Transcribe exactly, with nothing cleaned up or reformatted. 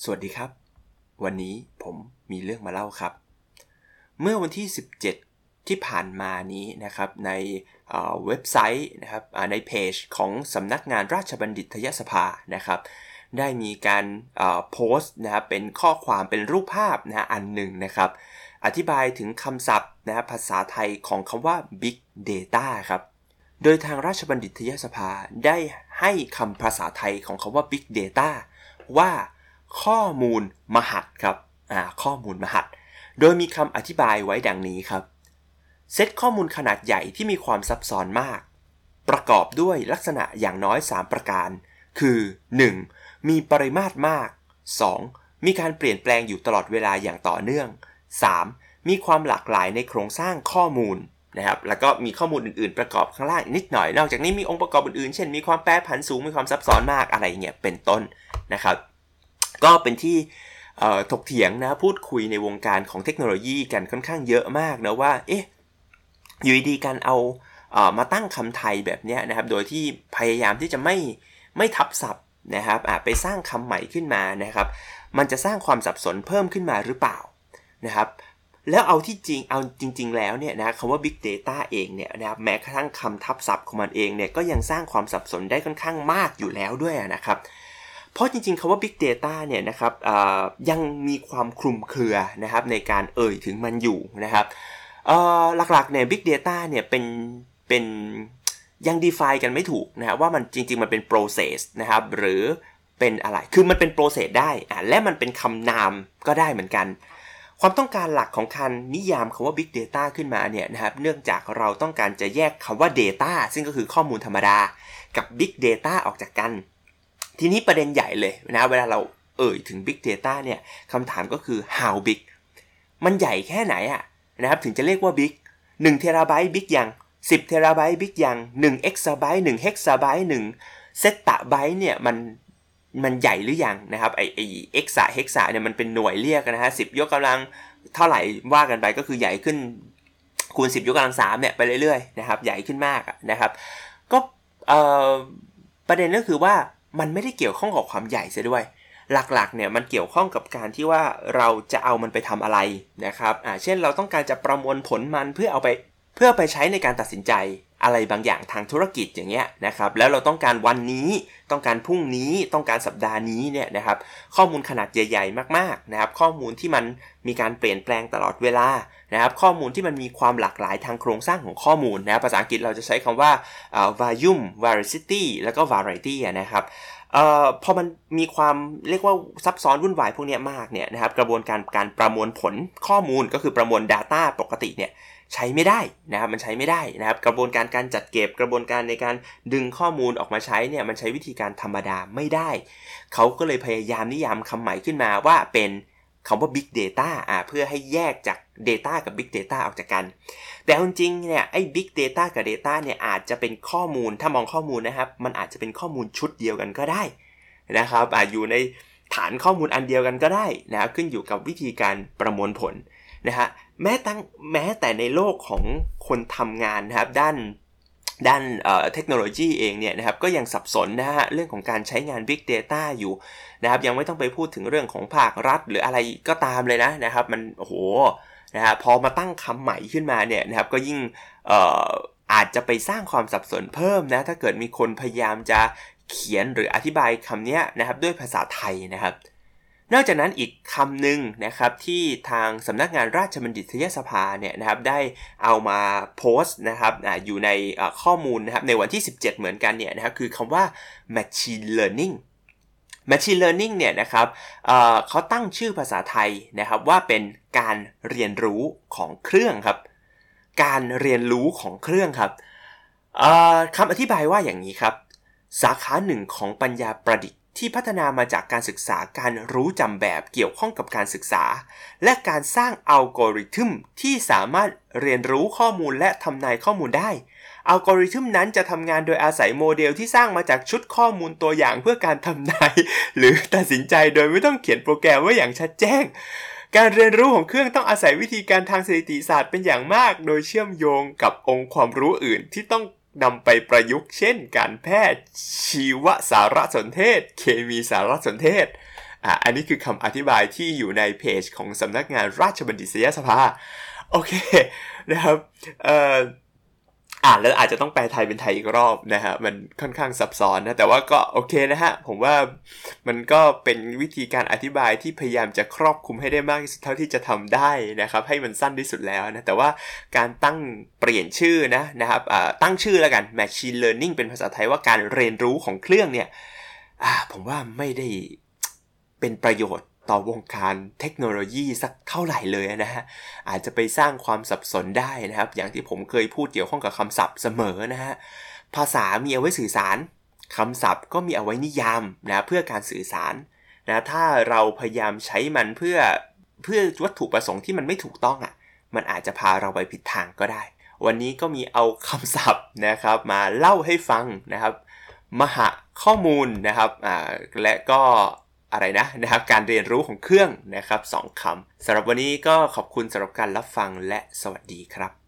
สวัสดีครับวันนี้ผมมีเรื่องมาเล่าครับเมื่อวันที่สิบเจ็ดที่ผ่านมานี้นะครับในเว็บไซต์นะครับในเพจของสำนักงานราชบัณฑิตยสภานะครับได้มีการโพสต์นะครับเป็นข้อความเป็นรูปภาพนะอันหนึ่งนะครับอธิบายถึงคำศัพท์นะภาษาไทยของคำว่า Big Data ครับโดยทางราชบัณฑิตยสภาได้ให้คำภาษาไทยของคำว่า Big Data ว่าข้อมูลมหัศครับอ่าข้อมูลมหัศโดยมีคำอธิบายไว้ดังนี้ครับเซตข้อมูลขนาดใหญ่ที่มีความซับซ้อนมากประกอบด้วยลักษณะอย่างน้อยสามประการคือ หนึ่ง. มีปริมาตรมาก สอง. มีการเปลี่ยนแปลงอยู่ตลอดเวลาอย่างต่อเนื่อง สาม. มีความหลากหลายในโครงสร้างข้อมูลนะครับแล้วก็มีข้อมูลอื่นๆประกอบข้างล่างนิดหน่อยนอกจากนี้มีองค์ประกอบอื่นๆเช่นมีความแปรผันสูงมีความซับซ้อนมากอะไรเงี้ยเป็นต้นนะครับก็เป็นที่ถกเถียงนะพูดคุยในวงการของเทคโนโลยีกันค่อนข้างเยอะมากนะว่าเอ๊ะอยู่ดีๆการเอาเอ่อมาตั้งคำไทยแบบเนี้ยนะครับโดยที่พยายามที่จะไม่ไม่ทับศัพท์นะครับอ่ะไปสร้างคำใหม่ขึ้นมานะครับมันจะสร้างความสับสนเพิ่มขึ้นมาหรือเปล่านะครับแล้วเอาที่จริงเอาจริงๆแล้วเนี่ยนะคำว่า Big Data เองเนี่ยนะครับแม้กระทั่งคำทับศัพท์ของมันเองเนี่ยก็ยังสร้างความสับสนได้ค่อนข้างมากอยู่แล้วด้วยนะครับเพราะจริงๆคำว่า Big Data เนี่ยนะครับยังมีความคลุมเครือนะครับในการเอ่ยถึงมันอยู่นะครับหลักๆเนี่ย Big Data เนี่ยเป็นเป็นยัง define กันไม่ถูกนะว่ามันจริงๆมันเป็น process นะครับหรือเป็นอะไรคือมันเป็น process ได้อ่ะและมันเป็นคำนามก็ได้เหมือนกันความต้องการหลักของการนิยามคำว่า Big Data ขึ้นมาเนี่ยนะครับเนื่องจากเราต้องการจะแยกคำว่า Data ซึ่งก็คือข้อมูลธรรมดากับ Big Data ออกจากกันทีนี้ประเด็นใหญ่เลยนะเวลาเราเอ่ยถึง Big Data เนี่ยคำถามก็คือ how big มันใหญ่แค่ไหนอะนะครับถึงจะเรียกว่า Big หนึ่งเทราไบต์ Big ยังสิบเทราไบต์ Big ยังหนึ่ง Exabyte หนึ่ง Hexabyte หนึ่ง Zettabyte เนี่ยมันมันใหญ่หรือยังนะครับไอ้ไอ้ Exa Hexa เนี่ยมันเป็นหน่วยเรียกนะฮะสิบยกกำลังเท่าไหร่ว่ากันไปก็คือใหญ่ขึ้นคูณสิบยกกำลังสามเนี่ยไปเรื่อยๆนะครับใหญ่ขึ้นมากนะครับก็เอ่อประเด็นก็คือว่ามันไม่ได้เกี่ยวข้องกับความใหญ่ซะด้วยหลักๆเนี่ยมันเกี่ยวข้องกับการที่ว่าเราจะเอามันไปทำอะไรนะครับอ่าเช่นเราต้องการจะประมวลผลมันเพื่อเอาไปเพื่อไปใช้ในการตัดสินใจอะไรบางอย่างทางธุรกิจอย่างเงี้ยนะครับแล้วเราต้องการวันนี้ต้องการพรุ่งนี้ต้องการสัปดาห์นี้เนี่ยนะครับข้อมูลขนาดใหญ่ๆมากๆนะครับข้อมูลที่มันมีการเปลี่ยนแปลงตลอดเวลานะครับข้อมูลที่มันมีความหลากหลายทางโครงสร้างของข้อมูลนะภาษาอังกฤษเราจะใช้คำว่า volume veracity แล้วก็ variety นะครับเอ่อพอมันมีความเรียกว่าซับซ้อนวุ่นวายพวกนี้มากเนี่ยนะครับกระบวนการการประมวลผลข้อมูลก็คือประมวล data ปกติเนี่ยใช้ไม่ได้นะครับมันใช้ไม่ได้นะครับกระบวนการการจัดเก็บกระบวนการในการดึงข้อมูลออกมาใช้เนี่ยมันใช้วิธีการธรรมดาไม่ได้เขาก็เลยพยายามนิยามคำใหม่ขึ้นมาว่าเป็นคำว่า Big Data อ่าเพื่อให้แยกจาก Data กับ Big Data ออกจากกันแต่จริงๆเนี่ยไอ้ Big Data กับ Data เนี่ยอาจจะเป็นข้อมูลถ้ามองข้อมูลนะครับมันอาจจะเป็นข้อมูลชุดเดียวกันก็ได้นะครับอ่าอยู่ในฐานข้อมูลอันเดียวกันก็ได้นะขึ้นอยู่กับวิธีการประมวลผลนะฮะแม้ตั้งแม้แต่ในโลกของคนทำงานนะครับด้านด้านเอ่อเทคโนโลยีเองเนี่ยนะครับก็ยังสับสนนะฮะเรื่องของการใช้งาน Big Data อยู่นะครับยังไม่ต้องไปพูดถึงเรื่องของภาครัฐหรืออะไรก็ตามเลยนะนะครับมันโอ้โหนะฮะพอมาตั้งคำใหม่ขึ้นมาเนี่ยนะครับก็ยิ่งเอ่ออาจจะไปสร้างความสับสนเพิ่มนะถ้าเกิดมีคนพยายามจะเขียนหรืออธิบายคำนี้นะครับด้วยภาษาไทยนะครับนอกจากนั้นอีกคำหนึ่งนะครับที่ทางสำนักงานราชบัณฑิตยสภาเนี่ยนะครับได้เอามาโพสต์นะครับ อ, อยู่ในข้อมูลนะครับในวันที่สิบเจ็ดเหมือนกันเนี่ยนะครับคือคำว่า machine learning machine learning เนี่ยนะครับ เอ่อ เขาตั้งชื่อภาษาไทยนะครับว่าเป็นการเรียนรู้ของเครื่องครับการเรียนรู้ของเครื่องครับคำอธิบายว่าอย่างนี้ครับสาขาหนึ่งของปัญญาประดิษฐ์ที่พัฒนามาจากการศึกษาการรู้จำแบบเกี่ยวข้องกับการศึกษาและการสร้างอัลกอริทึมที่สามารถเรียนรู้ข้อมูลและทำนายข้อมูลได้อัลกอริทึมนั้นจะทำงานโดยอาศัยโมเดลที่สร้างมาจากชุดข้อมูลตัวอย่างเพื่อการทำนายหรือตัดสินใจโดยไม่ต้องเขียนโปรแกรมไว้อย่างชัดแจ้งการเรียนรู้ของเครื่องต้องอาศัยวิธีการทางสถิติศาสตร์เป็นอย่างมากโดยเชื่อมโยงกับองค์ความรู้อื่นที่ต้องนำไปประยุกต์เช่นการแพทย์ชีวสารสนเทศเคมีสารสนเทศอ่ะอันนี้คือคำอธิบายที่อยู่ในเพจของสำนักงานราชบัณฑิตยสภาโอเคนะครับเอ่ออ่านแล้วอาจจะต้องแปลไทยเป็นไทยอีกรอบนะฮะมันค่อนข้างซับซ้อนนะแต่ว่าก็โอเคนะฮะผมว่ามันก็เป็นวิธีการอธิบายที่พยายามจะครอบคลุมให้ได้มากที่สุดเท่าที่จะทำได้นะครับให้มันสั้นที่สุดแล้วนะแต่ว่าการตั้งเปลี่ยนชื่อนะนะครับอ่าตั้งชื่อแล้วกัน Machine Learning เป็นภาษาไทยว่าการเรียนรู้ของเครื่องเนี่ยอ่าผมว่าไม่ได้เป็นประโยชน์ต่อวงการเทคโนโลยีสักเท่าไหร่เลยนะฮะอาจจะไปสร้างความสับสนได้นะครับอย่างที่ผมเคยพูดเกี่ยวข้องกับคำศัพท์เสมอนะฮะภาษามีเอาไว้สื่อสารคำศัพท์ก็มีเอาไว้นิยามนะเพื่อการสื่อสารนะถ้าเราพยายามใช้มันเพื่อเพื่อวัตถุประสงค์ที่มันไม่ถูกต้องอ่ะมันอาจจะพาเราไปผิดทางก็ได้วันนี้ก็มีเอาคำศัพท์นะครับมาเล่าให้ฟังนะครับมหาข้อมูลนะครับอ่าและก็อะไรนะนะครับการเรียนรู้ของเครื่องนะครับสองคำสำหรับวันนี้ก็ขอบคุณสำหรับการรับฟังและสวัสดีครับ